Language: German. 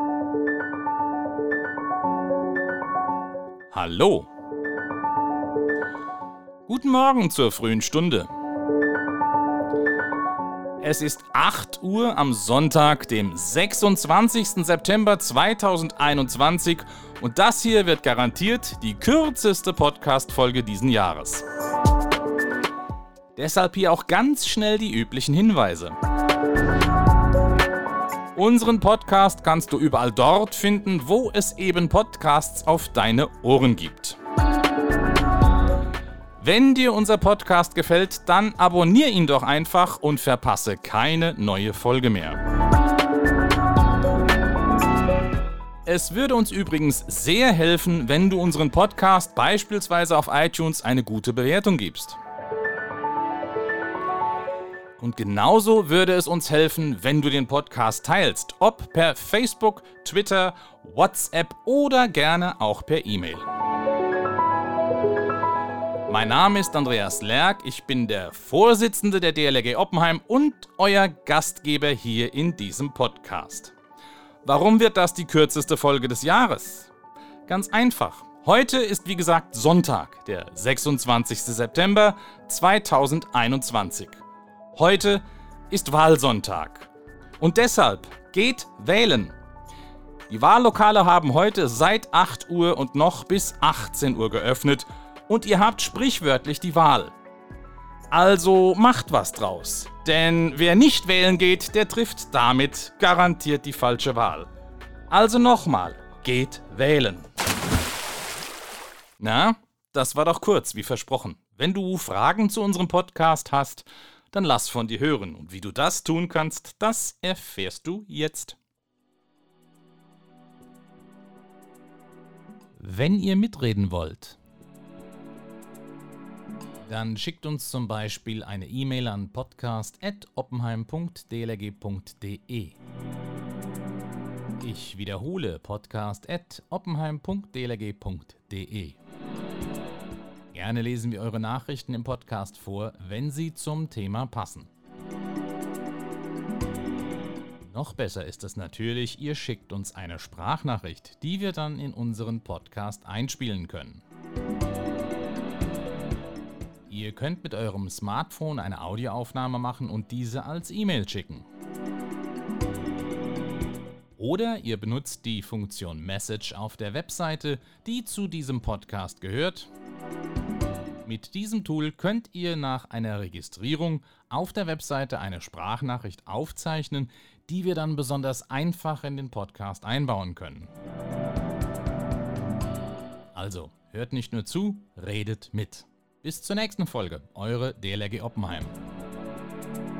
Hallo! Guten Morgen zur frühen Stunde. Es ist 8 Uhr am Sonntag, dem 26. September 2021 und das hier wird garantiert die kürzeste Podcast-Folge diesen Jahres. Deshalb hier auch ganz schnell die üblichen Hinweise. Unseren Podcast kannst du überall dort finden, wo es eben Podcasts auf deine Ohren gibt. Wenn dir unser Podcast gefällt, dann abonniere ihn doch einfach und verpasse keine neue Folge mehr. Es würde uns übrigens sehr helfen, wenn du unseren Podcast beispielsweise auf iTunes eine gute Bewertung gibst. Und genauso würde es uns helfen, wenn du den Podcast teilst, ob per Facebook, Twitter, WhatsApp oder gerne auch per E-Mail. Mein Name ist Andreas Lerck, ich bin der Vorsitzende der DLRG Oppenheim und euer Gastgeber hier in diesem Podcast. Warum wird das die kürzeste Folge des Jahres? Ganz einfach. Heute ist wie gesagt Sonntag, der 26. September 2021. Heute ist Wahlsonntag. Und deshalb geht wählen. Die Wahllokale haben heute seit 8 Uhr und noch bis 18 Uhr geöffnet und ihr habt sprichwörtlich die Wahl. Also macht was draus. Denn wer nicht wählen geht, der trifft damit garantiert die falsche Wahl. Also nochmal, geht wählen. Na, das war doch kurz, wie versprochen. Wenn du Fragen zu unserem Podcast hast, dann lass von dir hören. Und wie du das tun kannst, das erfährst du jetzt. Wenn ihr mitreden wollt, dann schickt uns zum Beispiel eine E-Mail an podcast@oppenheim.dlrg.de. Ich wiederhole, podcast@oppenheim.dlrg.de. Gerne lesen wir eure Nachrichten im Podcast vor, wenn sie zum Thema passen. Noch besser ist es natürlich, ihr schickt uns eine Sprachnachricht, die wir dann in unseren Podcast einspielen können. Ihr könnt mit eurem Smartphone eine Audioaufnahme machen und diese als E-Mail schicken. Oder ihr benutzt die Funktion Message auf der Webseite, die zu diesem Podcast gehört. Mit diesem Tool könnt ihr nach einer Registrierung auf der Webseite eine Sprachnachricht aufzeichnen, die wir dann besonders einfach in den Podcast einbauen können. Also, hört nicht nur zu, redet mit. Bis zur nächsten Folge, eure DLRG Oppenheim.